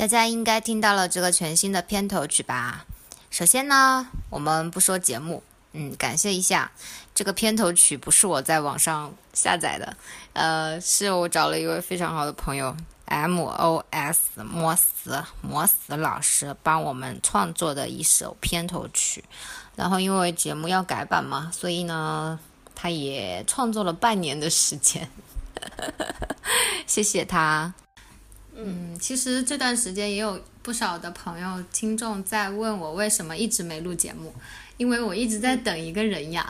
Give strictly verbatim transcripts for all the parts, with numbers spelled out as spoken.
大家应该听到了这个全新的片头曲吧？首先呢，我们不说节目，嗯，感谢一下，这个片头曲不是我在网上下载的，呃，是我找了一位非常好的朋友 M O S 摩斯摩斯老师帮我们创作的一首片头曲。然后因为节目要改版嘛，所以呢，他也创作了半年的时间，谢谢他。嗯，其实这段时间也有不少的朋友、听众在问我为什么一直没录节目，因为我一直在等一个人呀。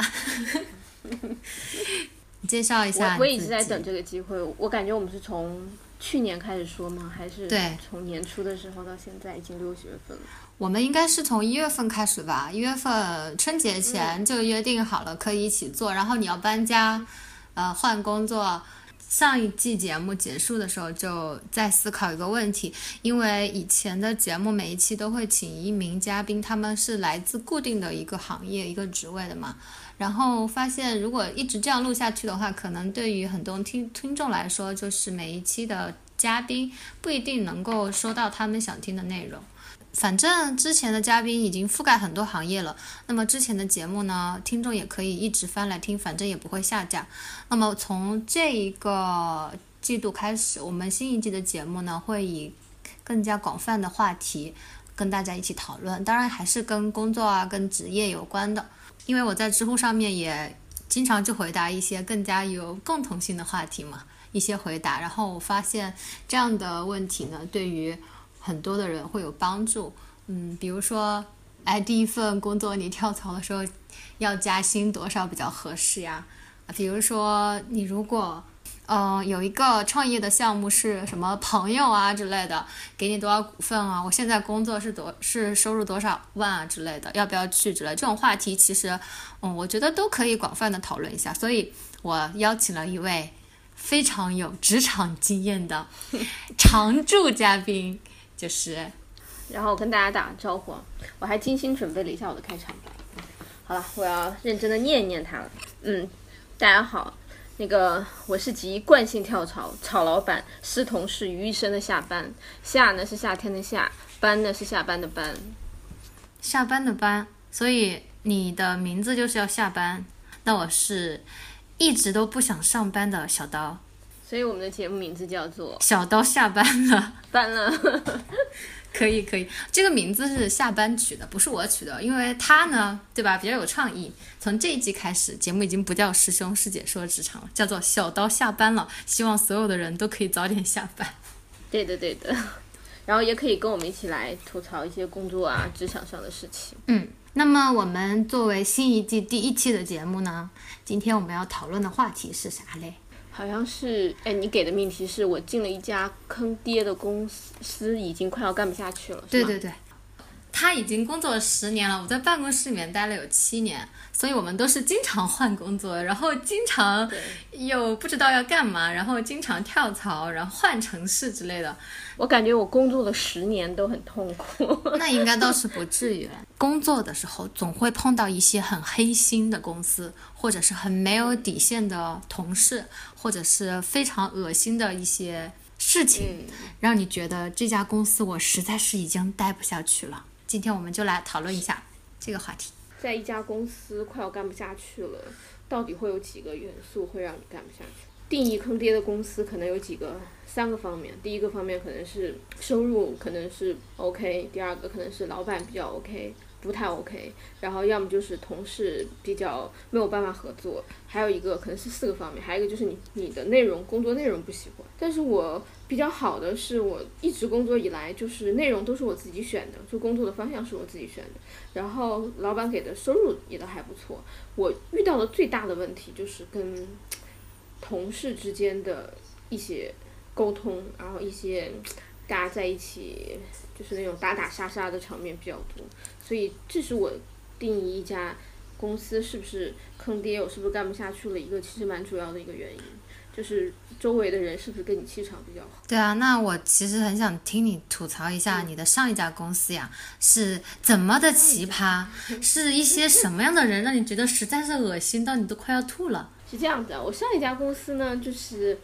你介绍一下我，我一直在等这个机会。我感觉我们是从去年开始说吗？还是对， 从年初的时候到现在已经六月份了。 我们应该是从一月份开始吧，一月份春节前就约定好了可以一起做，嗯、然后你要搬家，呃，换工作。上一季节目结束的时候就在思考一个问题，因为以前的节目每一期都会请一名嘉宾，他们是来自固定的一个行业一个职位的嘛，然后发现如果一直这样录下去的话，可能对于很多听听众来说，就是每一期的嘉宾不一定能够收到他们想听的内容。反正之前的嘉宾已经覆盖很多行业了，那么之前的节目呢，听众也可以一直翻来听，反正也不会下架。那么从这一个季度开始，我们新一季的节目呢，会以更加广泛的话题跟大家一起讨论，当然还是跟工作啊、跟职业有关的。因为我在知乎上面也经常去回答一些更加有共同性的话题嘛，一些回答，然后我发现这样的问题呢，对于很多的人会有帮助。嗯，比如说，哎，第一份工作你跳槽的时候要加薪多少比较合适呀？比如说，你如果嗯、呃、有一个创业的项目是什么朋友啊之类的，给你多少股份啊？我现在工作是多是收入多少万啊之类的，要不要去之类的这种话题，其实嗯我觉得都可以广泛的讨论一下。所以我邀请了一位非常有职场经验的常驻嘉宾。就是， 然后我跟大家打个招呼，我还精心准备了一下我的开场白。好了，我要认真的念念它了。嗯，大家好，那个我是集惯性跳槽、炒老板、视同事于一身的下班。夏呢是夏天的夏，班呢是下班的班。 下班的班，所以你的名字就是要下班。那我是一直都不想上班的小刀。 所以我们的节目名字叫做小刀下班了， 班了。 可以可以，这个名字是下班取的，不是我取的，因为他呢，对吧，比较有创意。从这一季开始，节目已经不叫师兄师姐说职场了，叫做小刀下班了，希望所有的人都可以早点下班。 对的对的，然后也可以跟我们一起来吐槽一些工作啊职场上的事情。 嗯，那么我们作为新一季第一期的节目呢，今天我们要讨论的话题是啥嘞？ 好像是，哎，你给的命题是我进了一家坑爹的公司，已经快要干不下去了。 对对对，他已经工作了十年了，我在办公室里面待了有七年，所以我们都是经常换工作，然后经常又不知道要干嘛，然后经常跳槽，然后换城市之类的。 我感觉我工作了十年都很痛苦。 那应该倒是不至于。工作的时候总会碰到一些很黑心的公司，或者是很没有底线的同事，或者是非常恶心的一些事情，嗯、让你觉得这家公司我实在是已经待不下去了。今天我们就来讨论一下这个话题。 在一家公司快要干不下去了，到底会有几个元素会让你干不下去？定义坑爹的公司可能有几个三个方面。第一个方面可能是收入可能是 OK， 第二个可能是老板比较 OK， 不太 OK， 然后要么就是同事比较没有办法合作，还有一个可能是四个方面，还有一个就是你你的内容工作内容不喜欢。但是我比较好的是我一直工作以来就是内容都是我自己选的，就工作的方向是我自己选的，然后老板给的收入也都还不错。我遇到的最大的问题就是跟同事之间的一些沟通，然后一些大家在一起就是那种打打杀杀的场面比较多，所以这是我定义一家公司是不是坑爹，我是不是干不下去了一个其实蛮主要的一个原因，就是周围的人是不是跟你气场比较好。 对啊，那我其实很想听你吐槽一下你的上一家公司呀，是怎么的奇葩，是一些什么样的人让你觉得实在是恶心到你都快要吐了。 是这样的，我上一家公司呢，就是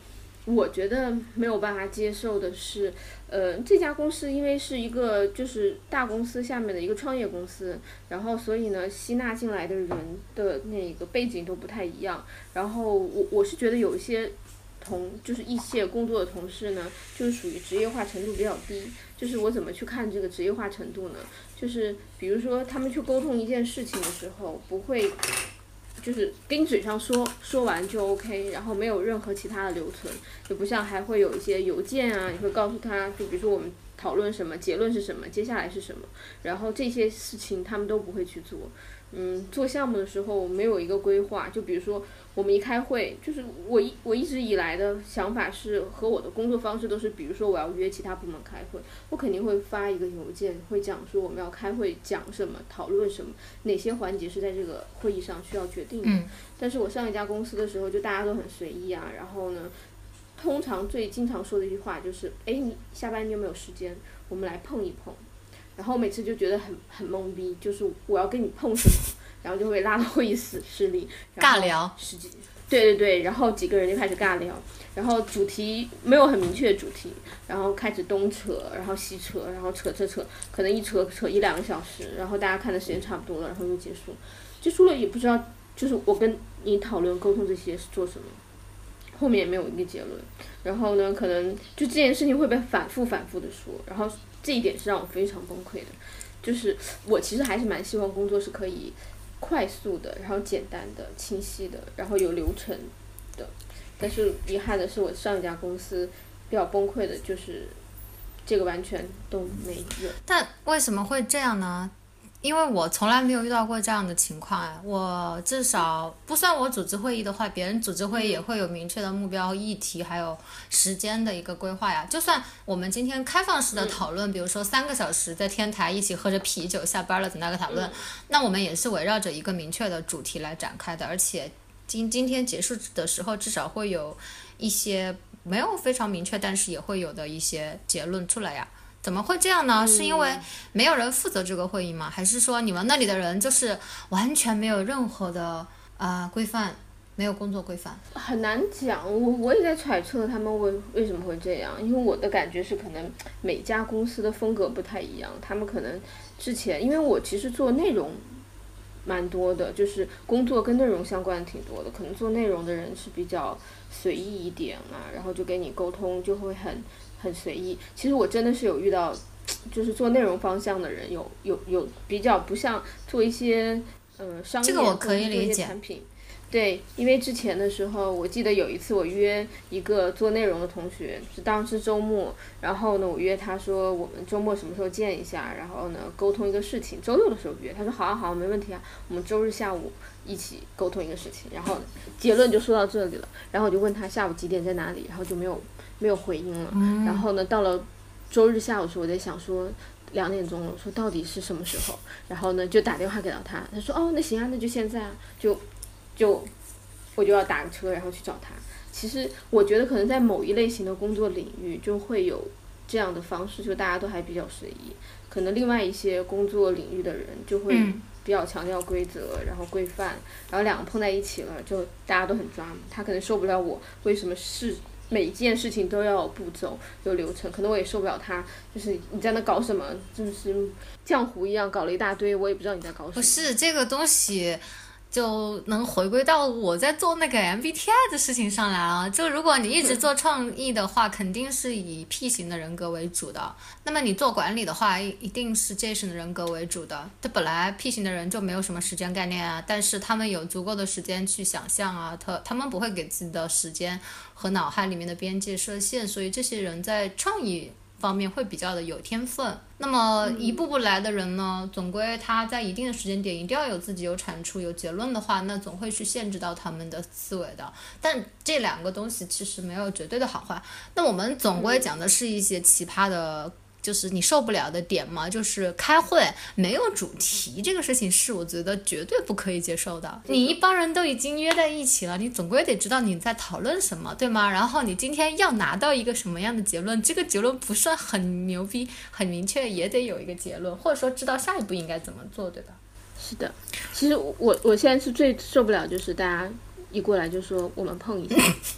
我觉得没有办法接受的是，呃，这家公司因为是一个就是大公司下面的一个创业公司，然后所以呢，吸纳进来的人的那个背景都不太一样。然后我我是觉得有一些同就是一些工作的同事呢，就是属于职业化程度比较低。就是我怎么去看这个职业化程度呢？就是比如说他们去沟通一件事情的时候，不会。就是跟你嘴上说说完就 OK， 然后没有任何其他的留存，就不像还会有一些邮件啊，你会告诉他，就比如说我们讨论什么，结论是什么，接下来是什么，然后这些事情他们都不会去做。嗯，做项目的时候没有一个规划，就比如说我们一开会，就是我一我一直以来的想法是和我的工作方式都是，比如说我要约其他部门开会，我肯定会发一个邮件，会讲说我们要开会讲什么，讨论什么，哪些环节是在这个会议上需要决定的。 嗯、 但是我上一家公司的时候，就大家都很随意啊，然后呢，通常最经常说的一句话就是，哎，你下班你有没有时间，我们来碰一碰。然后每次就觉得很很懵逼，就是我要跟你碰什么，然后就会拉到会议室室里尬聊， 十几，对对对，然后几个人就开始尬聊，然后主题没有很明确的主题，然后开始东扯，然后西扯，然后扯扯扯，可能一扯扯一两个小时，然后大家看的时间差不多了，然后就结束，结束了也不知道，就是我跟你讨论沟通这些是做什么，后面也没有一个结论，然后呢，可能就这件事情会被反复反复的说，然后。这一点是让我非常崩溃的，就是我其实还是蛮希望工作是可以快速的，然后简单的、清晰的，然后有流程的。但是遗憾的是，我上一家公司比较崩溃的就是这个完全都没有。 但为什么会这样呢？因为我从来没有遇到过这样的情况哎，我至少不算我组织会议的话，别人组织会议也会有明确的目标、议题还有时间的一个规划呀。就算我们今天开放式的讨论，比如说三个小时在天台一起喝着啤酒，下班了的那个讨论，那我们也是围绕着一个明确的主题来展开的，而且今今天结束的时候至少会有一些没有非常明确，但是也会有的一些结论出来呀。怎么会这样呢？ 嗯、 是因为没有人负责这个会议吗？还是说你们那里的人就是完全没有任何的呃规范，没有工作规范？ 很难讲，我我也在揣测他们为为什么会这样，因为我的感觉是可能每家公司的风格不太一样，他们可能之前因为我其实做内容蛮多的，就是工作跟内容相关的挺多的，可能做内容的人是比较随意一点啊，然后就跟你沟通就会很很随意。其实我真的是有遇到，就是做内容方向的人有有有比较不像做一些呃商业这个我可以理解产品。对，因为之前的时候，我记得有一次我约一个做内容的同学，是当时周末，然后呢，我约他说我们周末什么时候见一下，然后呢沟通一个事情，周六的时候约，他说好啊好啊，没问题啊，我们周日下午一起沟通一个事情，然后结论就说到这里了，然后我就问他下午几点在哪里，然后就没有没有回应了， 嗯、 然后呢到了周日下午的时候，我在想说。两点钟了，我说到底是什么时候？然后呢，就打电话给到他，他说哦，那行啊，那就现在啊，就就我就要打个车，然后去找他。其实我觉得可能在某一类型的工作领域就会有这样的方式，就大家都还比较随意。可能另外一些工作领域的人就会比较强调规则，然后规范，然后两个碰在一起了，就大家都很抓嘛。他可能受不了我为什么是。每一件事情都要有步骤有流程，可能我也受不了他，就是你在那搞什么，就是浆糊一样搞了一大堆，我也不知道你在搞什么。 不是这个东西就能回归到我在做那个 M B T I 的事情上来啊。就如果你一直做创意的话，肯定是以 P 型的人格为主的，那么你做管理的话一定是 J 型的人格为主的。这本来 P 型的人就没有什么时间概念啊，但是他们有足够的时间去想象啊，他他们不会给自己的时间和脑海里面的边界设限，所以这些人在创意方面会比较的有天分。那么一步步来的人呢，总归他在一定的时间点一定要有自己有产出有结论的话，那总会去限制到他们的思维的。但这两个东西其实没有绝对的好坏，那我们总归讲的是一些奇葩的就是你受不了的点嘛，就是开会没有主题这个事情是我觉得绝对不可以接受的。你一帮人都已经约在一起了，你总归得知道你在讨论什么，对吗？然后你今天要拿到一个什么样的结论，这个结论不算很牛逼很明确，也得有一个结论，或者说知道下一步应该怎么做，对吧？ 是的，其实我我现在是最受不了就是大家一过来就说我们碰一下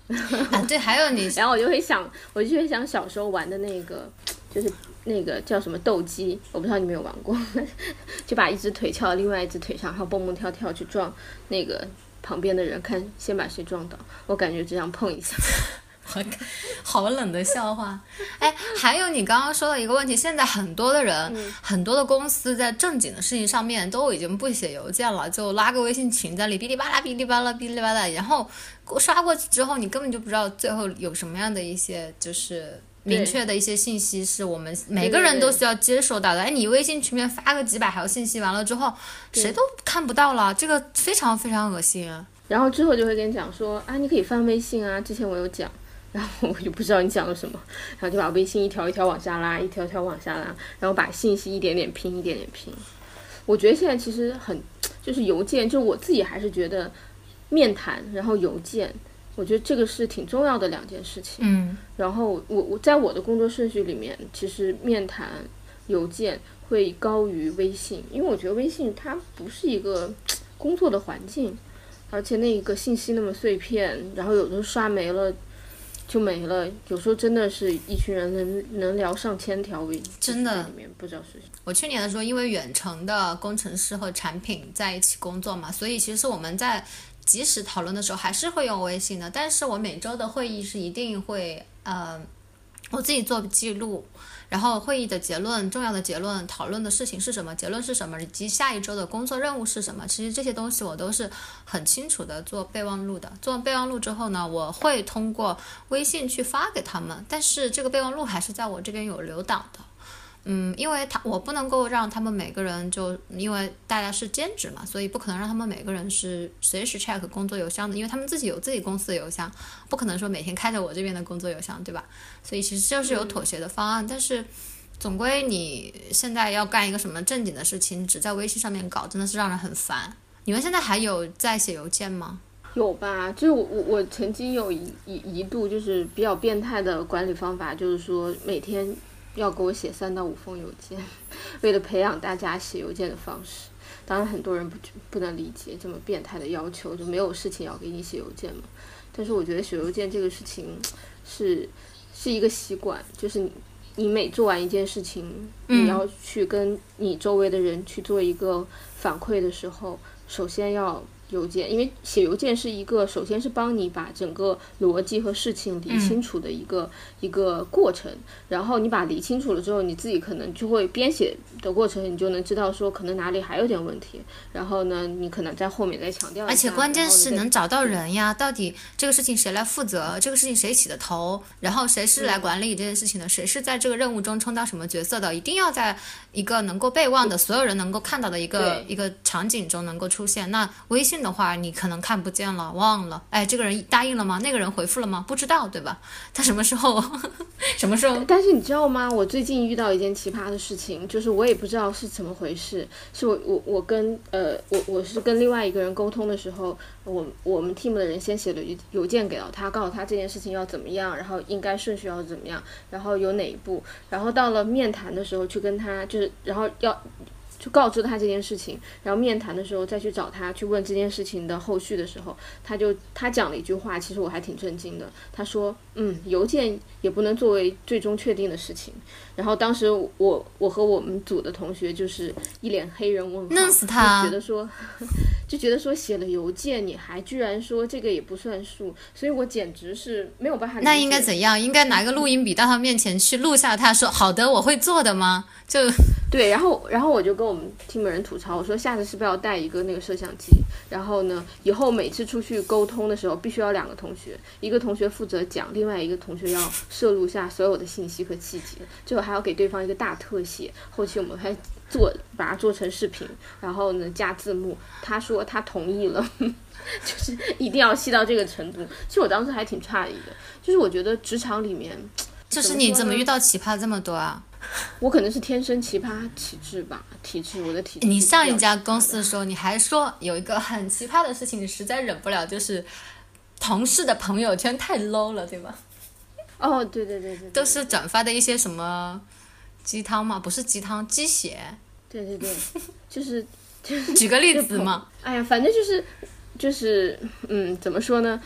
啊，对，还有你， 然后我就会想，我就会想小时候玩的那个，就是那个叫什么斗鸡，我不知道你有没有玩过，就把一只腿翘到另外一只腿上，然后蹦蹦跳跳去撞那个旁边的人，看先把谁撞倒。我感觉这样碰一下。 好冷的笑话。哎，还有你刚刚说的一个问题，现在很多的人、嗯、很多的公司在正经的事情上面都已经不写邮件了，就拉个微信群在里哔哩吧啦哔哩吧啦哔哩吧啦，然后刷过去之后你根本就不知道最后有什么样的一些就是明确的一些信息是我们每个人都需要接收到的。哎，你微信群里面发个几百条信息完了之后谁都看不到了，这个非常非常恶心啊。 然后之后就会跟你讲说啊，你可以翻微信啊，之前我有讲，然后我就不知道你讲了什么，然后就把微信一条一条往下拉，一条条往下拉，然后把信息一点点拼，一点点拼。我觉得现在其实很，就是邮件，就我自己还是觉得面谈，然后邮件，我觉得这个是挺重要的两件事情。 嗯， 然后我我在我的工作顺序里面，其实面谈、邮件会高于微信，因为我觉得微信它不是一个工作的环境。而且那个信息那么碎片，然后有的时候刷没了就没了，有时候真的是一群人能能聊上千条微信， 真的里面不知道是谁。 我去年的时候，因为远程的工程师和产品在一起工作嘛，所以其实我们在即时讨论的时候还是会用微信的，但是我每周的会议是一定会呃我自己做记录，然后会议的结论、重要的结论、讨论的事情是什么、结论是什么，以及下一周的工作任务是什么。其实这些东西我都是很清楚的做备忘录的。做完备忘录之后呢，我会通过微信去发给他们，但是这个备忘录还是在我这边有留档的。嗯，因为他我不能够让他们每个人就因为大家是兼职嘛，所以不可能让他们每个人是随时 check 工作邮箱的，因为他们自己有自己公司的邮箱，不可能说每天开着我这边的工作邮箱，对吧？所以其实就是有妥协的方案，嗯、但是总归你现在要干一个什么正经的事情，只在微信上面搞，真的是让人很烦。你们现在还有在写邮件吗？ 有吧，就是我我我曾经有一一一度就是比较变态的管理方法，就是说每天要给我写三到五封邮件，为了培养大家写邮件的方式。当然很多人不不能理解这么变态的要求，就没有事情要给你写邮件嘛。但是我觉得写邮件这个事情是是一个习惯，就是你你每做完一件事情，你要去跟你周围的人去做一个反馈的时候，首先要邮件，因为写邮件是一个首先是帮你把整个逻辑和事情理清楚的一个、嗯、一个过程，然后你把理清楚了之后，你自己可能就会编写的过程你就能知道说可能哪里还有点问题，然后呢你可能在后面再强调一下， 而且关键是能找到人呀，到底这个事情谁来负责，这个事情谁起的头，然后谁是来管理这件事情的、嗯、谁是在这个任务中充当什么角色的，一定要在一个能够备忘的所有人能够看到的一个一个场景中能够出现。那微信的话你可能看不见了，忘了，哎，这个人答应了吗？那个人回复了吗？不知道，对吧？他什么时候什么时候？ 但是你知道吗，我最近遇到一件奇葩的事情，就是我也不知道是怎么回事，是我我我跟呃我我是跟另外一个人沟通的时候，我我们 team 的人先写了邮件给到他，告诉他这件事情要怎么样，然后应该顺序要怎么样，然后有哪一步，然后到了面谈的时候去跟他就是然后要就告知他这件事情，然后面谈的时候再去找他去问这件事情的后续的时候，他就他讲了一句话，其实我还挺震惊的。他说嗯邮件也不能作为最终确定的事情。然后当时我我和我们组的同学就是一脸黑人问号， 弄死他， 就觉得说就觉得说写了邮件你还居然说这个也不算数，所以我简直是没有办法理解。 那应该怎样？应该拿个录音笔到他面前去录下他说好的我会做的吗？就对，然后然后我就跟我们 team 人吐槽，我说下次是不是要带一个那个摄像机，然后呢以后每次出去沟通的时候必须要两个同学，一个同学负责讲，另外一个同学要摄录下所有的信息和细节，最后还要给对方一个大特写，后期我们还做把它做成视频，然后呢加字幕。他说他同意了就是一定要细到这个程度。其实我当时还挺诧异的，就是我觉得职场里面就是你怎么遇到奇葩这么多啊？ 我可能是天生奇葩体质吧，体质我的体质。 你上一家公司的时候你还说有一个很奇葩的事情你实在忍不了，就是同事的朋友圈太 low 了，对吧？ 哦对对对 对, 对, 对都是转发的一些什么鸡汤嘛，不是鸡汤，鸡血。 对对对，就是就是举个例子嘛。 哎呀，反正就是就是嗯，怎么说呢？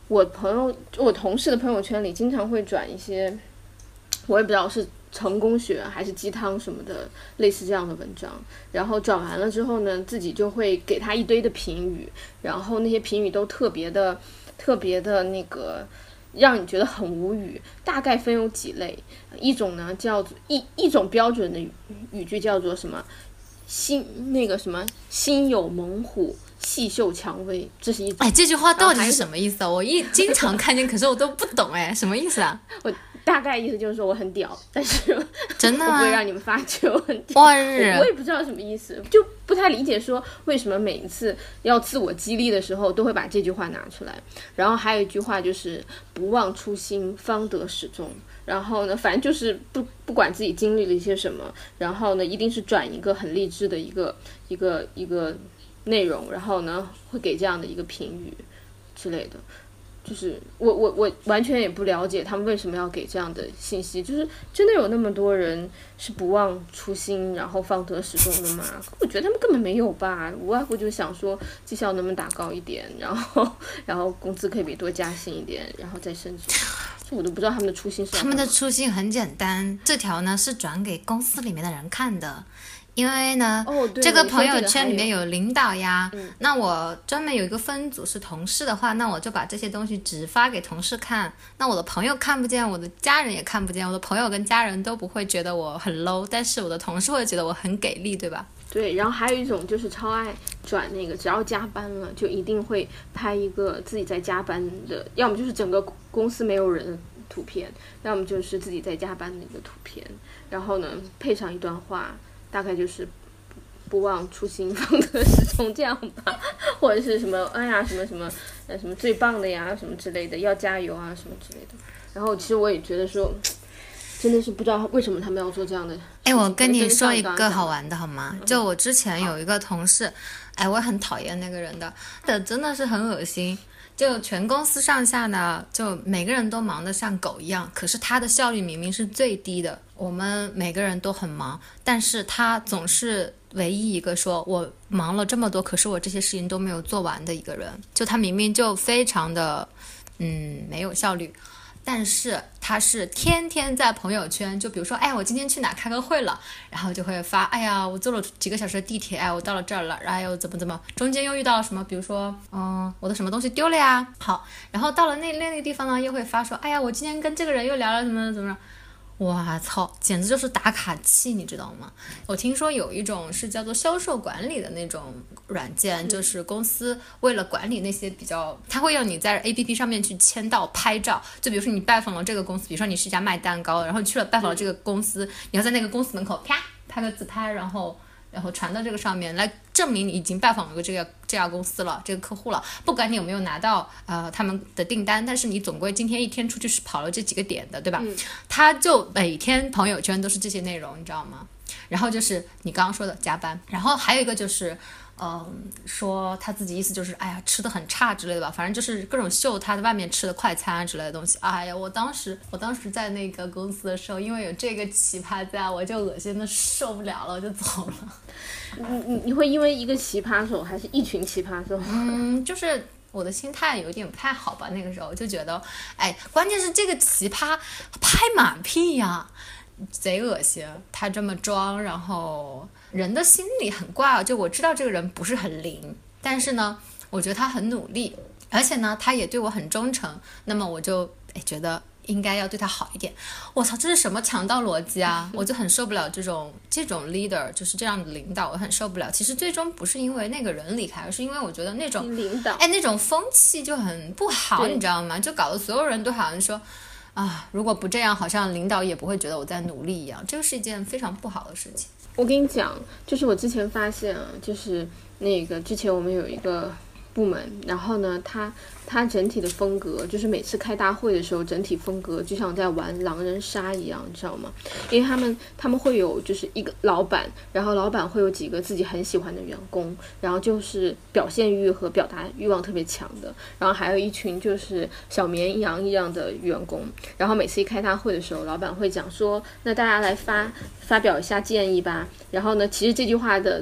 我朋友我同事的朋友圈里经常会转一些，我也不知道是成功学还是鸡汤什么的类似这样的文章，然后转完了之后呢，自己就会给他一堆的评语，然后那些评语都特别的特别的那个让你觉得很无语。大概分有几类，一种呢叫做一一种标准的语语句叫做什么心那个什么心有猛虎细嗅蔷薇，这是一种。 哎，这句话到底是什么意思啊？我一经常看见，可是我都不懂哎，什么意思啊？ 我大概意思就是说我很屌，但是真的吗？ 我不会让你们发觉我很屌。 哇我也不知道什么意思，就不太理解说为什么每一次要自我激励的时候都会把这句话拿出来。然后还有一句话就是不忘初心，方得始终。然后呢，反正就是不不管自己经历了一些什么，然后呢，一定是转一个很励志的一个一个一个内容，然后呢，会给这样的一个评语之类的。就是我我我完全也不了解他们为什么要给这样的信息，就是真的有那么多人是不忘初心，然后方得始终的吗？我觉得他们根本没有吧，无外乎就想说绩效能不能打高一点，然后然后工资可以别多加薪一点，然后再升职。我都不知道他们的初心是。 他们的初心很简单，这条呢是转给公司里面的人看的。因为呢、 哦、对这个朋友圈里面有领导呀、 嗯、 那我专门有一个分组是同事的话，那我就把这些东西只发给同事看，那我的朋友看不见，我的家人也看不见，我的朋友跟家人都不会觉得我很 low， 但是我的同事会觉得我很给力，对吧？ 对，然后还有一种就是超爱转那个，只要加班了就一定会拍一个自己在加班的，要么就是整个公司没有人的图片，要么就是自己在加班的一个图片，然后呢配上一段话，大概就是不忘初心，方得始终这样吧，或者是什么哎呀什么什么呃什么最棒的呀什么之类的，要加油啊什么之类的。然后其实我也觉得说真的是不知道为什么他们要做这样的。 哎，我跟你说一个好玩的好吗？就我之前有一个同事，哎，我很讨厌那个人的，的真的是很恶心。就全公司上下呢，就每个人都忙得像狗一样，可是他的效率明明是最低的。我们每个人都很忙，但是他总是唯一一个说我忙了这么多，可是我这些事情都没有做完的一个人。就他明明就非常的嗯没有效率，但是他是天天在朋友圈，就比如说哎我今天去哪开个会了，然后就会发哎呀我坐了几个小时的地铁，哎我到了这儿了，然后又怎么怎么中间又遇到了什么，比如说嗯我的什么东西丢了呀，好，然后到了那那个地方呢又会发说哎呀我今天跟这个人又聊了什么怎么哇操，简直就是打卡器，你知道吗？我听说有一种是叫做销售管理的那种软件，就是公司为了管理那些比较，它会让你在 A P P 上面去签到拍照，就比如说你拜访了这个公司，比如说你是一家卖蛋糕，然后去了拜访了这个公司，你要在那个公司门口啪拍个自拍，然后然后传到这个上面来证明你已经拜访了这个这家公司了，这个客户了，不管你有没有拿到呃他们的订单，但是你总归今天一天出去是跑了这几个点的，对吧？ 嗯、 他就每天朋友圈都是这些内容，你知道吗？然后就是你刚刚说的加班，然后还有一个就是嗯，说他自己意思就是哎呀吃的很差之类的吧，反正就是各种秀他的外面吃的快餐之类的东西。哎呀我当时我当时在那个公司的时候，因为有这个奇葩在，我就恶心的受不了了，我就走了。 你你你会因为一个奇葩手还是一群奇葩手？ 嗯，就是我的心态有点不太好吧，那个时候就觉得哎关键是这个奇葩拍马屁呀，贼恶心，他这么装，然后人的心里很怪啊，就我知道这个人不是很灵，但是呢我觉得他很努力，而且呢他也对我很忠诚，那么我就哎觉得应该要对他好一点。我操，这是什么强盗逻辑啊！我就很受不了这种这种 leader， 就是这样的领导，我很受不了。其实最终不是因为那个人离开，而是因为我觉得那种领导， 哎，那种风气就很不好，你知道吗？就搞得所有人都好像说啊，如果不这样，好像领导也不会觉得我在努力一样，这个是一件非常不好的事情。 我跟你讲，就是我之前发现啊，就是那个之前我们有一个部门，然后呢，它它整体的风格就是每次开大会的时候，整体风格就像在玩狼人杀一样，你知道吗？因为他们他们会有就是一个老板，然后老板会有几个自己很喜欢的员工，然后就是表现欲和表达欲望特别强的，然后还有一群就是小绵羊一样的员工，然后每次一开大会的时候，老板会讲说，那大家来发发表一下建议吧，然后呢，其实这句话的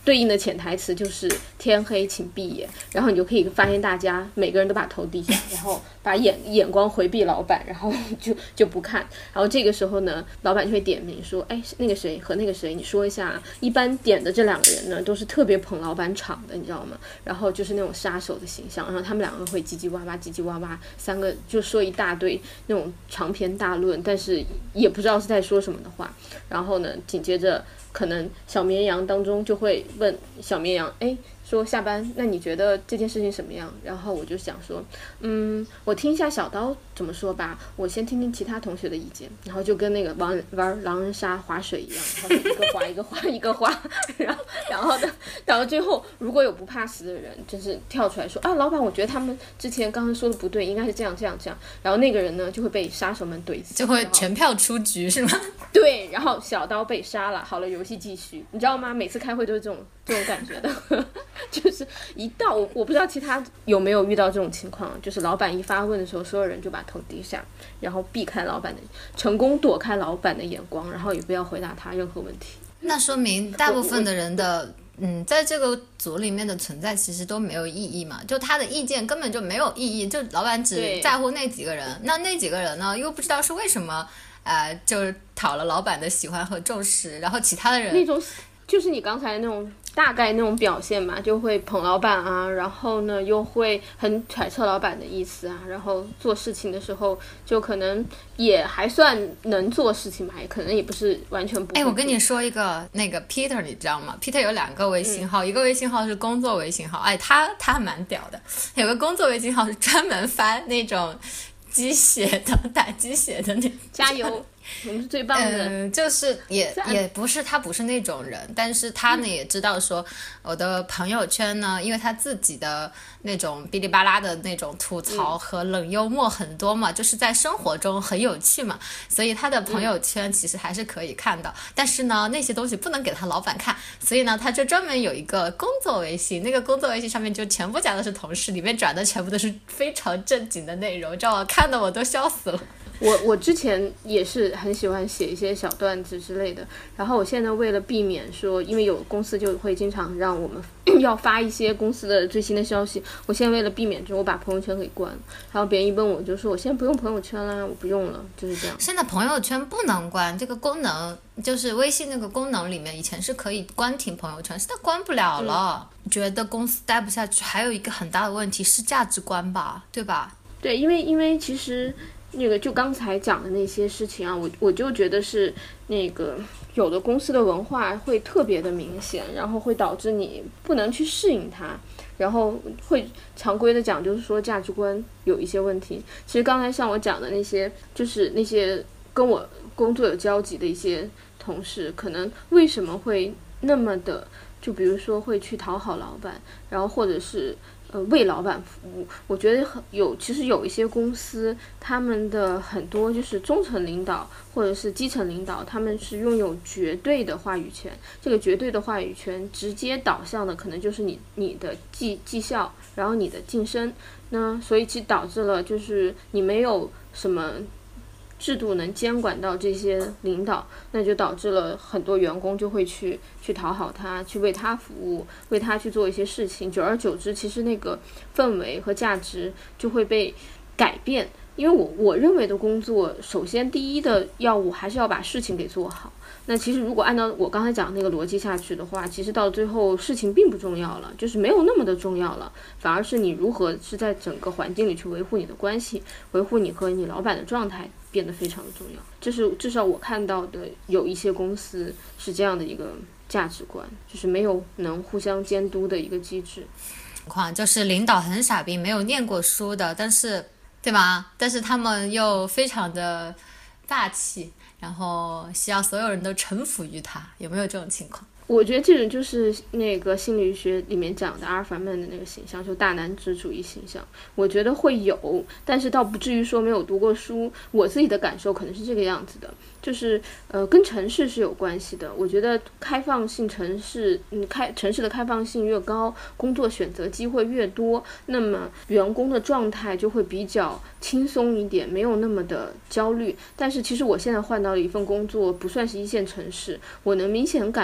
对应的潜台词就是天黑请闭眼，然后你就可以发现大家每个人都把头低下，然后把眼眼光回避老板，然后就就不看。然后这个时候呢，老板就会点名说，哎，那个谁和那个谁你说一下。一般点的这两个人呢都是特别捧老板场的，你知道吗？然后就是那种杀手的形象，然后他们两个会叽叽哇哇叽叽哇哇，三个就说一大堆那种长篇大论，但是也不知道是在说什么的话。然后呢紧接着可能小绵羊当中就会问小绵羊，哎，说下班，那你觉得这件事情什么样？然后我就想说，嗯，我听一下小刀怎么说吧，我先听听其他同学的意见。然后就跟那个玩玩狼人杀划水一样，然后一个划一个划一个划，然后然后呢，然后最后如果有不怕死的人，就是跳出来说啊，老板，我觉得他们之前刚刚说的不对，应该是这样这样这样。然后那个人呢就会被杀手们怼死， 就会全票出局是吗？ 对，然后小刀被杀了，好了，游戏继续。你知道吗？每次开会都是这种这种感觉的。就是一到我我不知道其他有没有遇到这种情况，就是老板一发问的时候，所有人就把头低下，然后避开老板的，成功躲开老板的眼光，然后也不要回答他任何问题。 那说明大部分的人的嗯，在这个组里面的存在其实都没有意义嘛，就他的意见根本就没有意义，就老板只在乎那几个人，那那几个人呢又不知道是为什么呃，就是讨了老板的喜欢和重视，然后其他的人那种就是你刚才那种大概那种表现嘛，就会捧老板啊，然后呢又会很揣测老板的意思啊，然后做事情的时候就可能也还算能做事情吧，也可能也不是完全不会。 哎，我跟你说一个那个 Peter 你知道吗？ Peter 有两个微信号、嗯、一个微信号是工作微信号，哎，他他蛮屌的，有个工作微信号是专门发那种鸡血的打鸡血的那加油我们是最棒的。 嗯，就是也也不是他不是那种人，但是他呢、嗯、也知道说我的朋友圈呢，因为他自己的那种哔哩吧啦的那种吐槽和冷幽默很多嘛、嗯、就是在生活中很有趣嘛，所以他的朋友圈其实还是可以看到、嗯、但是呢那些东西不能给他老板看，所以呢他就专门有一个工作微信，那个工作微信上面就全部加的是同事，里面转的全部都是非常正经的内容，叫我看的我都笑死了。 我我之前也是很喜欢写一些小段子之类的，然后我现在为了避免说，因为有公司就会经常让我们要发一些公司的最新的消息，我现在为了避免这，我把朋友圈给关了。然后别人一问我就说我现在不用朋友圈啦，我不用了，就是这样。 现在朋友圈不能关，这个功能就是微信那个功能里面以前是可以关停朋友圈，现在关不了了、嗯、觉得公司待不下去还有一个很大的问题是价值观吧，对吧？ 对，因为因为其实那个就刚才讲的那些事情啊，我我就觉得是那个有的公司的文化会特别的明显，然后会导致你不能去适应它，然后会常规的讲就是说价值观有一些问题。其实刚才像我讲的那些，就是那些跟我工作有交集的一些同事，可能为什么会那么的，就比如说会去讨好老板，然后或者是呃，为老板服务，我觉得很有，其实有一些公司，他们的很多就是中层领导或者是基层领导，他们是拥有绝对的话语权。这个绝对的话语权直接导向的可能就是你你的绩绩效，然后你的晋升。那所以其实导致了就是你没有什么制度能监管到这些领导，那就导致了很多员工就会去去讨好他，去为他服务，为他去做一些事情，久而久之其实那个氛围和价值就会被改变。因为我我认为的工作，首先第一的要务还是要把事情给做好。那其实如果按照我刚才讲的那个逻辑下去的话，其实到最后事情并不重要了，就是没有那么的重要了，反而是你如何是在整个环境里去维护你的关系，维护你和你老板的状态变得非常的重要。这是至少我看到的有一些公司是这样的一个价值观，就是没有能互相监督的一个机制。 情况就是领导很傻逼，没有念过书的，但是对吧？但是他们又非常的霸气，然后需要所有人都臣服于他，有没有这种情况？ 我觉得这种就是那个心理学里面讲的阿尔法曼的那个形象，就大男子主义形象。我觉得会有，但是倒不至于说没有读过书。我自己的感受可能是这个样子的，就是呃，跟城市是有关系的。我觉得开放性城市，嗯，开城市的开放性越高，工作选择机会越多，那么员工的状态就会比较轻松一点，没有那么的焦虑。但是其实我现在换到了一份工作，不算是一线城市，我能明显感到的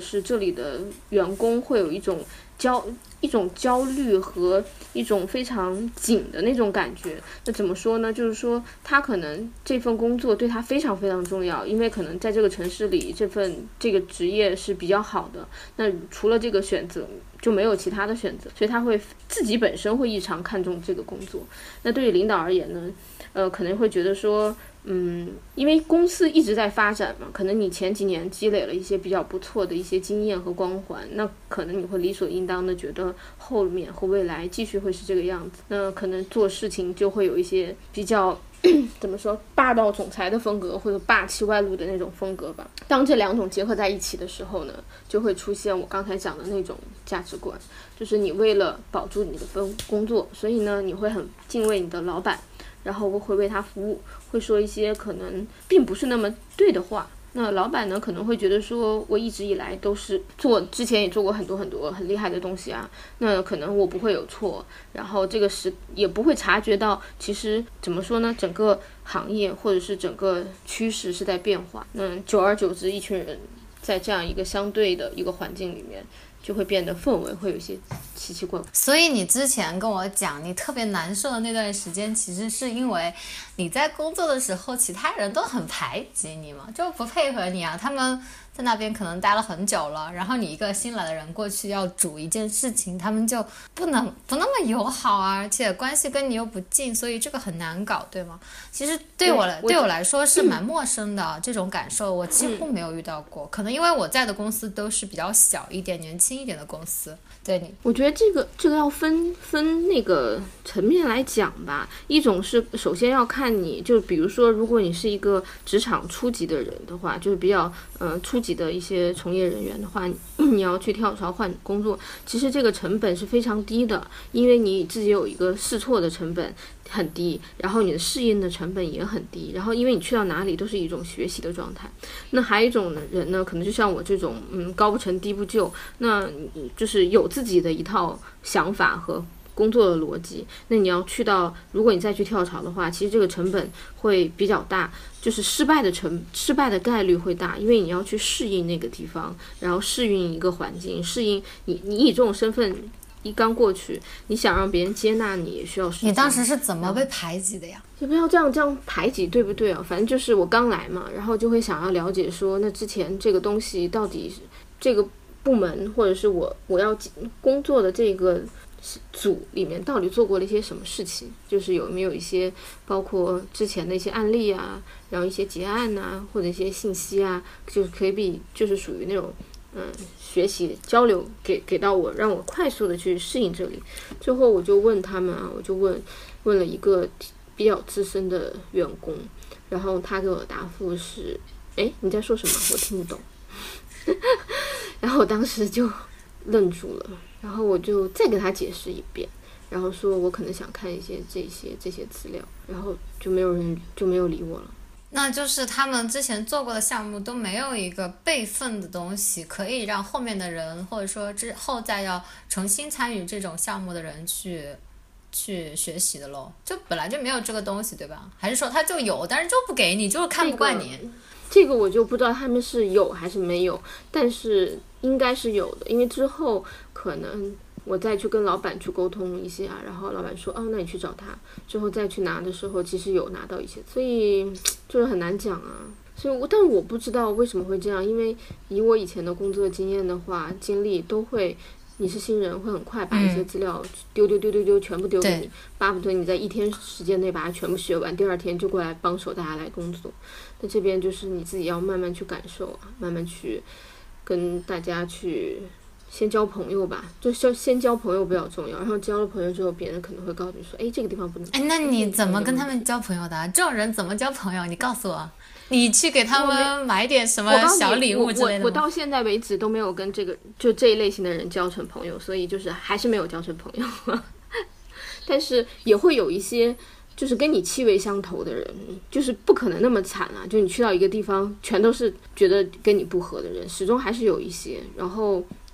是这里的员工会有一种焦一种焦虑和一种非常紧的那种感觉。那怎么说呢？就是说他可能这份工作对他非常非常重要，因为可能在这个城市里这份这个职业是比较好的，那除了这个选择就没有其他的选择，所以他会自己本身会异常看重这个工作。那对于领导而言呢，呃，可能会觉得说嗯，因为公司一直在发展嘛，可能你前几年积累了一些比较不错的一些经验和光环，那可能你会理所应当的觉得后面和未来继续会是这个样子，那可能做事情就会有一些比较怎么说霸道总裁的风格或者霸气外露的那种风格吧。当这两种结合在一起的时候呢，就会出现我刚才讲的那种价值观，就是你为了保住你的份工作，所以呢你会很敬畏你的老板，然后会为他服务，会说一些可能并不是那么对的话。那老板呢可能会觉得说，我一直以来都是做，之前也做过很多很多很厉害的东西啊，那可能我不会有错，然后这个时也不会察觉到，其实怎么说呢，整个行业或者是整个趋势是在变化。那久而久之，一群人在这样一个相对的一个环境里面，就会变得氛围会有些奇奇怪怪。 所以你之前跟我讲你特别难受的那段时间，其实是因为你在工作的时候其他人都很排挤你嘛，就不配合你啊，他们在那边可能待了很久了，然后你一个新来的人过去要煮一件事情，他们就不能不那么友好啊，而且关系跟你又不近，所以这个很难搞，对吗？其实对我来对我来说是蛮陌生的、嗯、这种感受我几乎没有遇到过、嗯、可能因为我在的公司都是比较小一点年轻一点的公司。对，你我觉得这个这个要分分那个层面来讲吧。一种是首先要看你，就比如说如果你是一个职场初级的人的话，就是比较呃初级的一些从业人员的话，你要去跳槽换工作，其实这个成本是非常低的，因为你自己有一个试错的成本很低，然后你的适应的成本也很低，然后因为你去到哪里都是一种学习的状态。那还有一种人呢，可能就像我这种嗯高不成低不就，那就是有自己的一套想法和工作的逻辑，那你要去到，如果你再去跳槽的话，其实这个成本会比较大，就是失败的成失败的概率会大，因为你要去适应那个地方，然后适应一个环境，适应你你以这种身份一刚过去，你想让别人接纳你也需要时间。 你当时是怎么被排挤的呀？ 也不要这样这样排挤，对不对啊？反正就是我刚来嘛，然后就会想要了解说，那之前这个东西到底这个部门或者是我我要工作的这个组里面到底做过了一些什么事情，就是有没有一些包括之前的一些案例啊，然后一些结案啊，或者一些信息啊，就是可以比就是属于那种嗯学习交流给给到我，让我快速的去适应这里。最后我就问他们啊，我就问问了一个比较资深的员工，然后他给我的答复是，诶，你在说什么？我听不懂。然后我当时就愣住了，然后我就再给他解释一遍，然后说我可能想看一些这些这些资料，然后就没有人就没有理我了。 那就是他们之前做过的项目都没有一个备份的东西可以让后面的人或者说之后再要重新参与这种项目的人去去学习的咯，就本来就没有这个东西对吧？还是说他就有但是就不给你，就是看不惯你？ 这个、这个我就不知道他们是有还是没有，但是应该是有的，因为之后可能我再去跟老板去沟通一下，然后老板说哦那你去找他，之后再去拿的时候其实有拿到一些，所以就是很难讲啊。所以我但是我不知道为什么会这样，因为以我以前的工作经验的话，经历都会，你是新人会很快把一些资料丢丢丢丢丢全部丢给你，巴不得你在一天时间内把它全部学完，第二天就过来帮手大家来工作。那这边就是你自己要慢慢去感受啊，慢慢去跟大家去先交朋友吧，就先交朋友比较重要，然后交了朋友之后，别人可能会告诉你说，哎，这个地方不能。 哎，那你怎么跟他们交朋友的？这种人怎么交朋友？你告诉我，你去给他们买点什么小礼物之类的吗？ 我, 我, 我, 我到现在为止都没有跟这个就这一类型的人交成朋友，所以就是还是没有交成朋友。但是也会有一些就是跟你气味相投的人，就是不可能那么惨啊，就你去到一个地方全都是觉得跟你不合的人，始终还是有一些，然后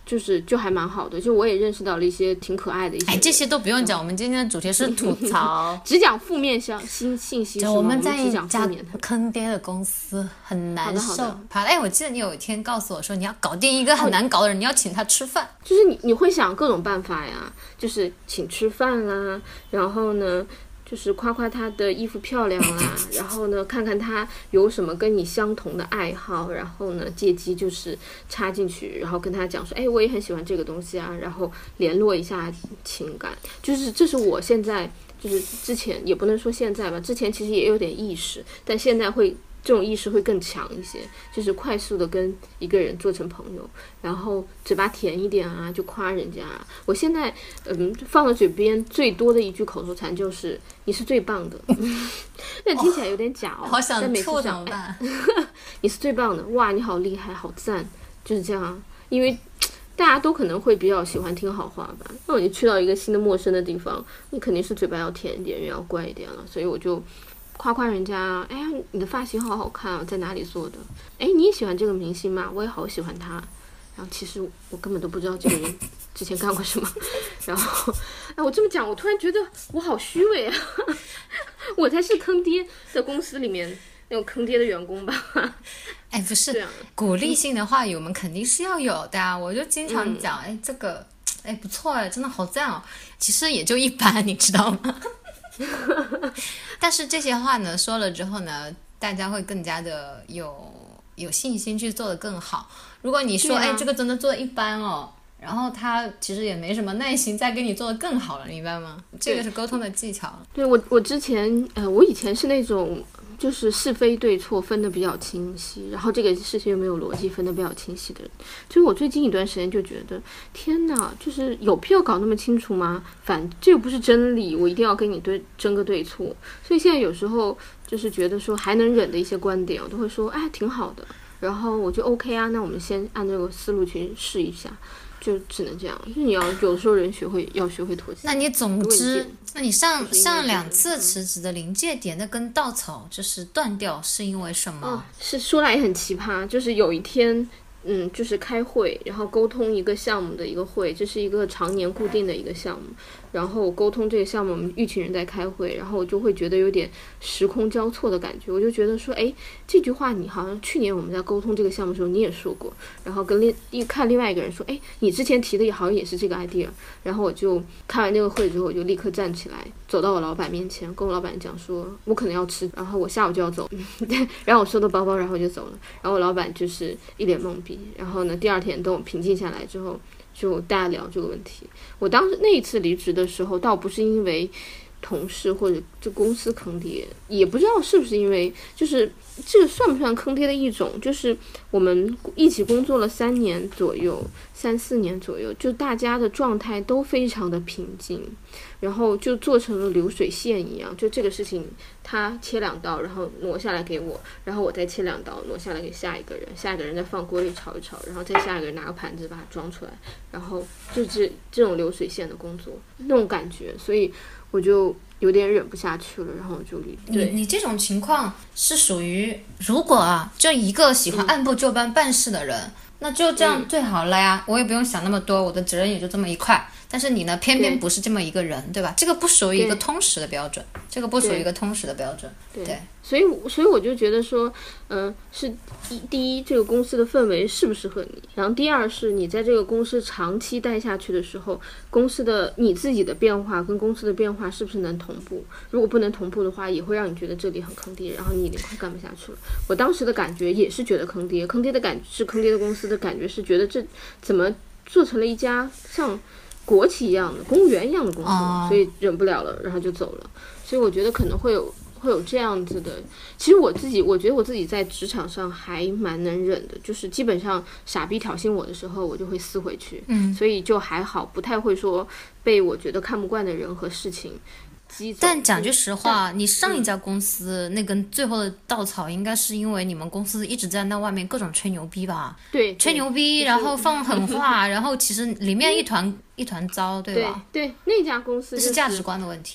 就是就还蛮好的，就我也认识到了一些挺可爱的一些人。 哎，这些都不用讲，我们今天的主题是吐槽， 只讲负面消信信息是吗？ 我们在一家的坑爹的公司很难受。 好的好的好，哎，我记得你有一天告诉我说，你要搞定一个很难搞的人，哦、你要请他吃饭。 就是你你会想各种办法呀，就是请吃饭啦，然后呢。就是夸夸他的衣服漂亮啦，然后呢，看看他有什么跟你相同的爱好，然后呢，借机就是插进去，然后跟他讲说，哎，我也很喜欢这个东西啊，然后联络一下情感。就是这是我现在，就是之前也不能说现在吧，之前其实也有点意识，但现在会。这种意识会更强一些，就是快速的跟一个人做成朋友，然后嘴巴甜一点啊，就夸人家。我现在嗯放到嘴边最多的一句口头禅就是你是最棒的，那听起来有点假哦， 好想吐怎么办？ 你是最棒的，哇，你好厉害，好赞，就是这样啊。因为大家都可能会比较喜欢听好话吧。那你去到一个新的陌生的地方，你肯定是嘴巴要甜一点，人要乖一点了，所以我就。夸夸人家，哎呀，你的发型好好看啊，在哪里做的？哎，你也喜欢这个明星吗？我也好喜欢他。然后其实我根本都不知道这个人之前干过什么。然后，哎，我这么讲，我突然觉得我好虚伪啊！我才是坑爹的公司里面那种坑爹的员工吧？ 哎，不是，鼓励性的话语我们肯定是要有的啊！我就经常讲，嗯、哎，这个，哎，不错哎，真的好赞哦。其实也就一般，你知道吗？但是这些话呢说了之后呢，大家会更加的有有信心去做得更好。如果你说、啊、哎这个真的做得一般哦，然后他其实也没什么耐心再给你做得更好了，明白吗？这个是沟通的技巧。 对，我我之前呃我以前是那种就是是非对错分得比较清晰，然后这个事情又没有逻辑分得比较清晰的人。所以我最近一段时间就觉得天哪，就是有必要搞那么清楚吗？反这又不是真理，我一定要跟你对争个对错。所以现在有时候就是觉得说还能忍的一些观点，我都会说哎挺好的，然后我就 OK 啊，那我们先按这个思路去试一下。就只能这样，就是你要有时候人学会要学会妥协。 那你总之，那你上上两次辞职的临界点那根稻草就是断掉，是因为什么？ 哦、是说来也很奇葩，就是有一天，嗯，就是开会，然后沟通一个项目的一个会，这是一个常年固定的一个项目。然后沟通这个项目，我们一群人在开会，然后我就会觉得有点时空交错的感觉。我就觉得说，哎，这句话你好像去年我们在沟通这个项目的时候你也说过，然后跟另一看另外一个人说，哎，你之前提的也好像也是这个 idea。然后我就开完那个会之后，我就立刻站起来，走到我老板面前，跟我老板讲说，我可能要吃，然后我下午就要走。然后我收的包包，然后就走了。然后我老板就是一脸懵逼。然后呢，第二天等我平静下来之后，就大家聊这个问题。我当时那一次离职的时候，倒不是因为同事或者这公司坑爹，也不知道是不是因为，就是这个算不算坑爹的一种，就是我们一起工作了三年左右，三四年左右，就大家的状态都非常的平静，然后就做成了流水线一样，就这个事情他切两刀，然后挪下来给我，然后我再切两刀挪下来给下一个人，下一个人再放锅里炒一炒，然后再下一个人拿个盘子把它装出来，然后就是这种流水线的工作那种感觉，所以我就有点忍不下去了，然后我就离。 你你这种情况是属于，如果啊，就一个喜欢按部就班办事的人，嗯、那就这样最好了呀，嗯、我也不用想那么多，我的责任也就这么一块。但是你呢，偏偏不是这么一个人， 对, 对吧？这个不属于一个通识的标准，这个不属于一个通识的标准。对， 对所以所以我就觉得说，嗯、呃，是第一，这个公司的氛围适不适合你；然后第二是你在这个公司长期待下去的时候，公司的你自己的变化跟公司的变化是不是能同步？如果不能同步的话，也会让你觉得这里很坑爹，然后你已经快干不下去了。我当时的感觉也是觉得坑爹，坑爹的感觉是坑爹的公司的感觉是觉得这怎么做成了一家像国企一样的公务员一样的公司，哦、所以忍不了了，然后就走了。所以我觉得可能会有会有这样子的。其实我自己，我觉得我自己在职场上还蛮能忍的，就是基本上傻逼挑衅我的时候，我就会撕回去。嗯，所以就还好，不太会说被我觉得看不惯的人和事情。 但讲句实话，你上一家公司、嗯、那根最后的稻草，应该是因为你们公司一直在那外面各种吹牛逼吧？ 对， 吹牛逼，然后放狠话，然后其实里面一团、嗯、一团糟，对吧？ 对对，那家公司、 就是、这是价值观的问题。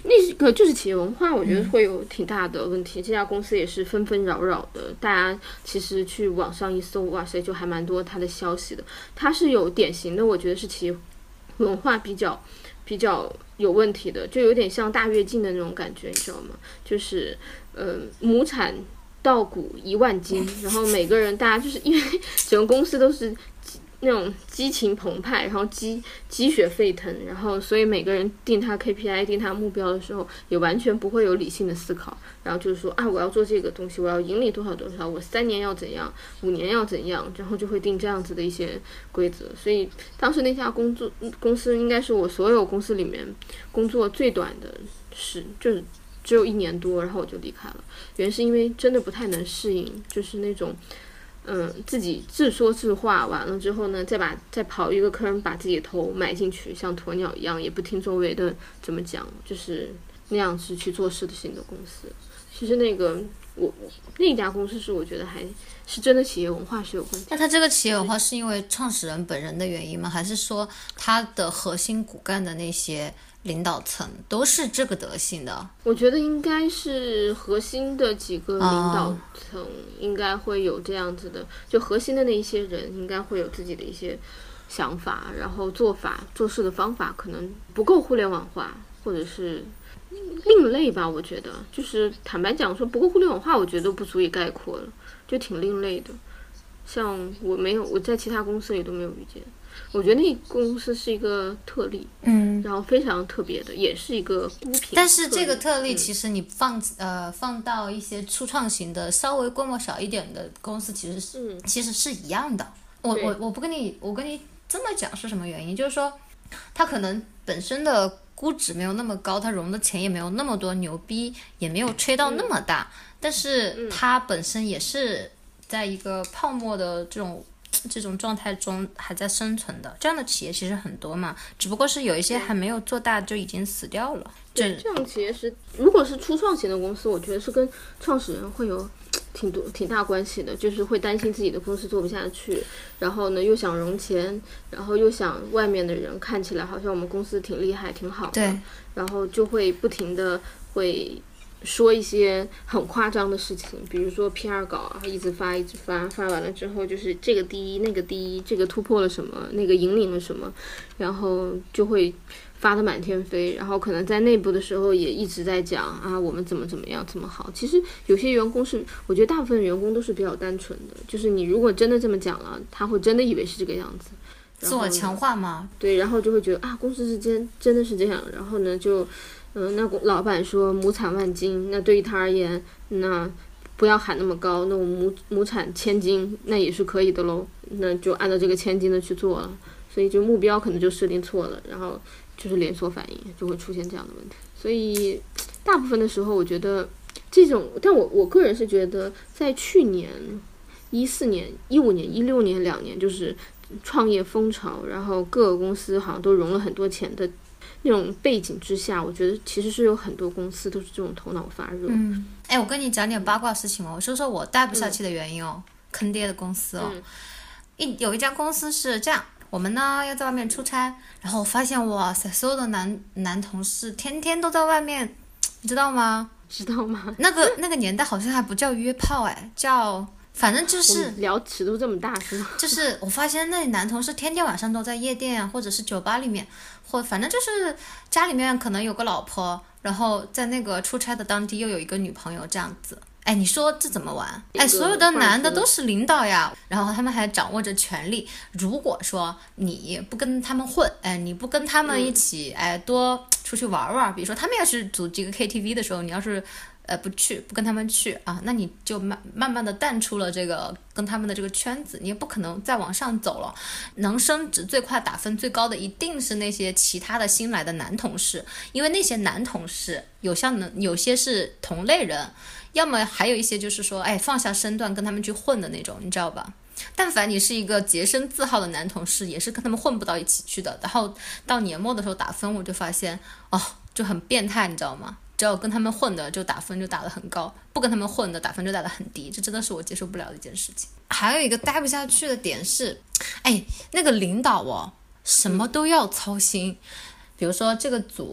那个就是企业文化，我觉得会有挺大的问题。嗯、这家公司也是纷纷扰扰的，大家其实去网上一搜，哇塞，就还蛮多他的消息的。它是有典型的，我觉得是企业文化比较比较有问题的，就有点像大跃进的那种感觉，你知道吗？就是呃，亩产稻谷一万斤，然后每个人大家就是因为整个公司都是那种激情澎湃，然后激激血沸腾，然后所以每个人定他 K P I 定他目标的时候也完全不会有理性的思考，然后就是说啊我要做这个东西，我要盈利多少多少，我三年要怎样，五年要怎样，然后就会定这样子的一些规则。所以当时那家工作公司应该是我所有公司里面工作最短的事，就是只有一年多，然后我就离开了。原因是因为真的不太能适应，就是那种嗯，自己自说自话完了之后呢，再把再跑一个坑，把自己的头埋进去，像鸵鸟一样，也不听周围的怎么讲，就是那样子去做事的新的公司。其实那个我那家公司是我觉得还是真的企业文化是有问题。 那他这个企业文化是因为创始人本人的原因吗？还是说他的核心骨干的那些领导层都是这个德行的？ 我觉得应该是核心的几个领导层应该会有这样子的、哦、就核心的那一些人应该会有自己的一些想法，然后做法做事的方法可能不够互联网化，或者是另类吧。我觉得就是坦白讲说不够互联网化，我觉得都不足以概括了，就挺另类的。像我没有我在其他公司里都没有遇见，我觉得那公司是一个特例， 嗯， 然后非常特别的，也是一个孤品。 但是这个特例其实你放、嗯、呃放到一些初创型的稍微规模小一点的公司，其实是、嗯、其实是一样的。我我我不跟你我跟你这么讲是什么原因？就是说，它可能本身的估值没有那么高，它融的钱也没有那么多，牛逼也没有吹到那么大，嗯、但是它本身也是在一个泡沫的这种。这种状态中还在生存的这样的企业其实很多嘛，只不过是有一些还没有做大就已经死掉了。 对，这样企业是如果是初创型的公司，我觉得是跟创始人会有挺多挺大关系的，就是会担心自己的公司做不下去，然后呢又想融钱，然后又想外面的人看起来好像我们公司挺厉害挺好的， 对， 然后就会不停的会说一些很夸张的事情，比如说 P R 稿啊，一直发一直发，发完了之后就是这个第一那个第一，这个突破了什么，那个引领了什么，然后就会发得满天飞，然后可能在内部的时候也一直在讲啊我们怎么怎么样怎么好。其实有些员工是，我觉得大部分员工都是比较单纯的，就是你如果真的这么讲了，他会真的以为是这个样子， 自我强化嘛。 对，然后就会觉得啊公司是真真的是这样，然后呢就嗯，那老板说亩产万斤，那对于他而言，那不要喊那么高，那我亩亩产千斤，那也是可以的喽。那就按照这个千斤的去做了，所以就目标可能就设定错了，然后就是连锁反应就会出现这样的问题。所以大部分的时候，我觉得这种，但我我个人是觉得，在去年一四年、一五年、一六年两年，就是创业风潮，然后各个公司好像都融了很多钱的。那种背景之下，我觉得其实是有很多公司都是这种头脑发热。 嗯，哎，我跟你讲点八卦事情哦，我说说我待不下去的原因哦，嗯、坑爹的公司哦，嗯、一有一家公司是这样，我们呢要在外面出差，然后我发现哇塞，所有的男男同事天天都在外面，你知道吗？ 知道吗？ 那个那个年代好像还不叫约炮，哎，叫。反正就是聊尺度这么大是吗？ 就是我发现那里男同事天天晚上都在夜店或者是酒吧里面，或反正就是家里面可能有个老婆，然后在那个出差的当地又有一个女朋友这样子。哎，你说这怎么玩？哎，所有的男的都是领导呀，然后他们还掌握着权力。如果说你不跟他们混，哎，你不跟他们一起，哎，多出去玩玩，比如说他们要是组几个 K T V 的时候，你要是。呃，不去，不跟他们去啊，那你就慢慢慢的淡出了这个跟他们的这个圈子，你也不可能再往上走了。能升职最快、打分最高的，一定是那些其他的新来的男同事，因为那些男同事有像能有些是同类人，要么还有一些就是说，哎，放下身段跟他们去混的那种，你知道吧？但凡你是一个洁身自好的男同事，也是跟他们混不到一起去的。然后到年末的时候打分，我就发现哦，就很变态，你知道吗？只要跟他们混的就打分就打得很高，不跟他们混的打分就打得很低，这真的是我接受不了的一件事情。还有一个待不下去的点是，哎，那个领导哦，什么都要操心。比如说这个组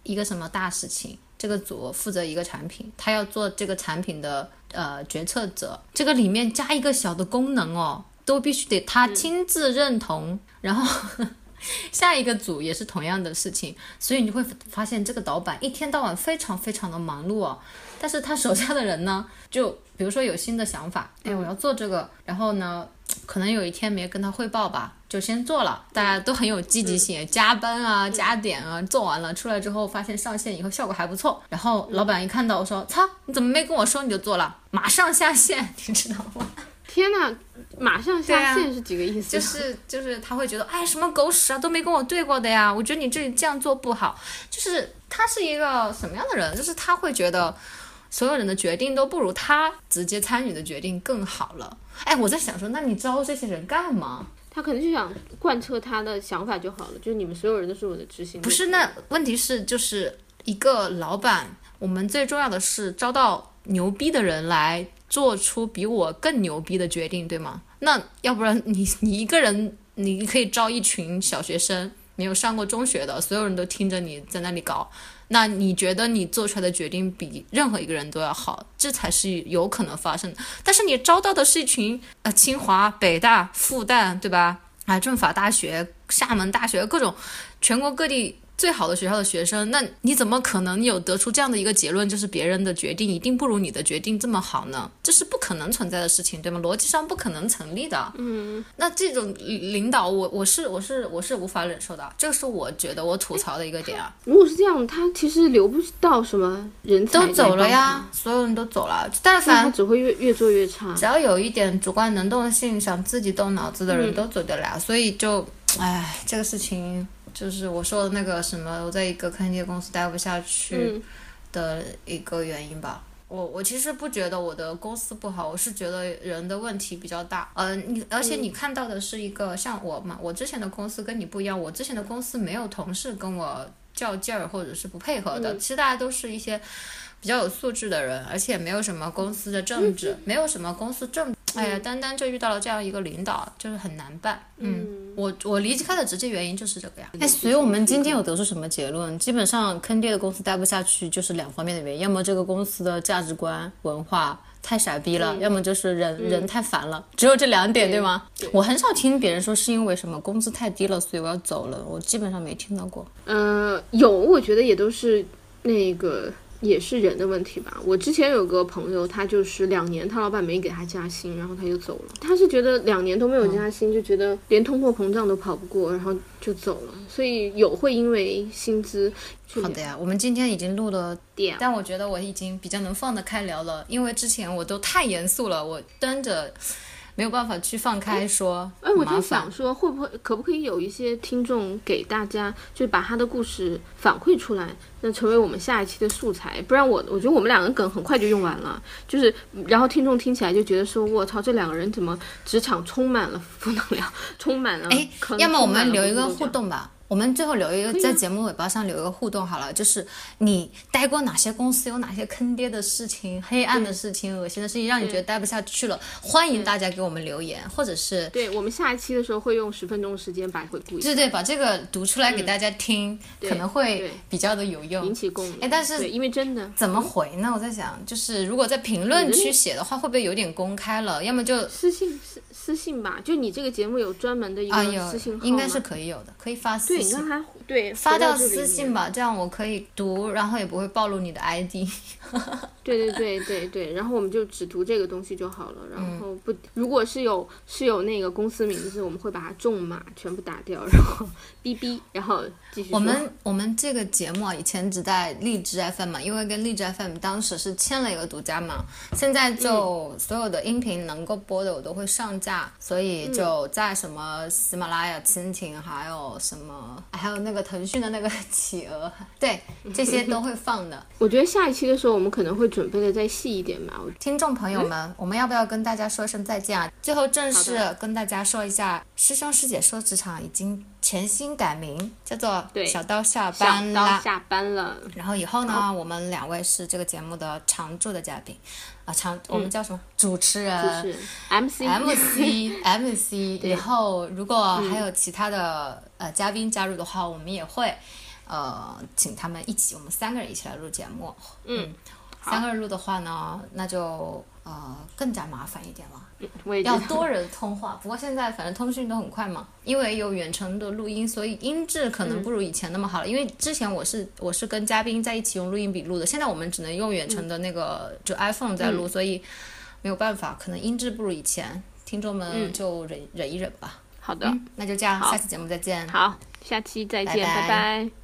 一个什么大事情，这个组负责一个产品，他要做这个产品的呃决策者，这个里面加一个小的功能哦，都必须得他亲自认同，嗯、然后下一个组也是同样的事情，所以你会发现这个导板一天到晚非常非常的忙碌哦，但是他手下的人呢，就比如说有新的想法，哎，我要做这个，然后呢，可能有一天没跟他汇报吧，就先做了，大家都很有积极性，加班啊，加点啊，做完了出来之后发现上线以后效果还不错，然后老板一看到我说，操，你怎么没跟我说你就做了，马上下线，你知道吗？ 天哪，马上下线是几个意思？ 啊、就是就是他会觉得，哎，什么狗屎啊，都没跟我对过的呀，我觉得你这里这样做不好。就是他是一个什么样的人？就是他会觉得所有人的决定都不如他直接参与的决定更好了。哎，我在想说，那你招这些人干嘛？ 他可能就想贯彻他的想法就好了，就是你们所有人都是我的执行。 不是，那问题是就是一个老板，我们最重要的是招到牛逼的人来做出比我更牛逼的决定，对吗？那要不然你你一个人你可以招一群小学生，没有上过中学的，所有人都听着你在那里搞，那你觉得你做出来的决定比任何一个人都要好，这才是有可能发生的。但是你招到的是一群呃清华、北大、复旦，对吧？啊，政法大学、厦门大学，各种全国各地最好的学校的学生，那你怎么可能有得出这样的一个结论，就是别人的决定一定不如你的决定这么好呢？这是不可能存在的事情，对吗？逻辑上不可能成立的。 嗯， 那这种领导我我是我是我是无法忍受的，这个是我觉得我吐槽的一个点啊。 如果是这样，他其实留不到什么人才， 都走了呀，所有人都走了，但凡他只会越越做越差。 只要有一点主观能动性，想自己动脑子的人嗯都走得了，所以就，哎，这个事情。就是我说的那个什么，我在一个坑爹公司待不下去的一个原因吧。嗯、我我其实不觉得我的公司不好，我是觉得人的问题比较大。呃，你而且你看到的是一个、嗯、像我嘛，我之前的公司跟你不一样，我之前的公司没有同事跟我较劲儿或者是不配合的，嗯、其实大家都是一些比较有素质的人，而且没有什么公司的政治，嗯、没有什么公司政治。哎呀，单单就遇到了这样一个领导，就是很难办。嗯，嗯我我离开的直接原因就是这个呀。哎，所以我们今天有得出什么结论？基本上坑爹的公司待不下去，就是两方面的原因，要么这个公司的价值观文化太傻逼了，嗯、要么就是人、嗯、人太烦了，只有这两点， 对, 对吗？对，我很少听别人说是因为什么工资太低了，所以我要走了，我基本上没听到过。 呃，有，我觉得也都是那个。也是人的问题吧。我之前有个朋友，他就是两年他老板没给他加薪，然后他就走了。他是觉得两年都没有加薪，嗯、就觉得连通货膨胀都跑不过，然后就走了。所以有会因为薪资。 好的呀，我们今天已经录了点，但我觉得我已经比较能放得开聊了，因为之前我都太严肃了，我蹲着没有办法去放开说。 哎，我在想说，会不会可不可以有一些听众给大家，就是把他的故事反馈出来，那成为我们下一期的素材。不然我我觉得我们两个梗很快就用完了，就是然后听众听起来就觉得说，我操，这两个人怎么职场充满了负能量，充满了。 哎，要么我们留一个互动吧。我们最后留一个，在节目尾巴上留一个互动好了，就是你待过哪些公司，有哪些坑爹的事情、黑暗的事情、恶心的事情，让你觉得待不下去了，欢迎大家给我们留言，或者是对我们下一期的时候会用十分钟时间把回顾一下， 对对，把这个读出来给大家听，嗯、可能会比较的有用， 引起共鸣。 哎，但是因为真的怎么回呢？我在想，就是如果在评论区写的话，会不会有点公开了？要么就私信私私信吧，就你这个节目有专门的一个私信号吗？ 啊、应该是可以有的，可以发私信。 对，你看还对发到私信吧，这样我可以读，然后也不会暴露你的 I D。 对对对对对，然后我们就只读这个东西就好了，然后不，如果是有是有那个公司名字，我们会把它重码全部打掉，然后哔哔，然后继续说。 我们我们这个节目啊，以前只在荔枝 F M 嘛，因为跟荔枝 F M 当时是签了一个独家嘛，现在就所有的音频能够播的我都会上架，所以就在什么喜马拉雅、蜻蜓，还有什么还有那个腾讯的那个企鹅，对，这些都会放的。 我觉得下一期的时候我们可能会准备的再细一点吧。 听众朋友们、嗯、我们要不要跟大家说声再见啊？最后正式跟大家说一下，师兄师姐说职场已经全新改名，叫做小刀下班啦， 小刀下班了。 然后以后呢，我们两位是这个节目的常驻的嘉宾啊，常我们叫什么、嗯、主持人， 主持人 M C M C M C 以后如果还有其他的、嗯、呃嘉宾加入的话，我们也会呃，请他们一起，我们三个人一起来录节目。 嗯， 嗯三个人录的话呢，那就呃更加麻烦一点了。 嗯，我也觉得要多人通话，不过现在反正通讯都很快嘛，因为有远程的录音，所以音质可能不如以前那么好了。嗯、因为之前我是我是跟嘉宾在一起用录音笔录的，现在我们只能用远程的那个、嗯、就 iPhone 在录、嗯，所以没有办法，可能音质不如以前，听众们就忍、嗯、忍一忍吧。 好的、 嗯，那就这样，下期节目再见。 好，下期再见， 拜拜。 拜拜。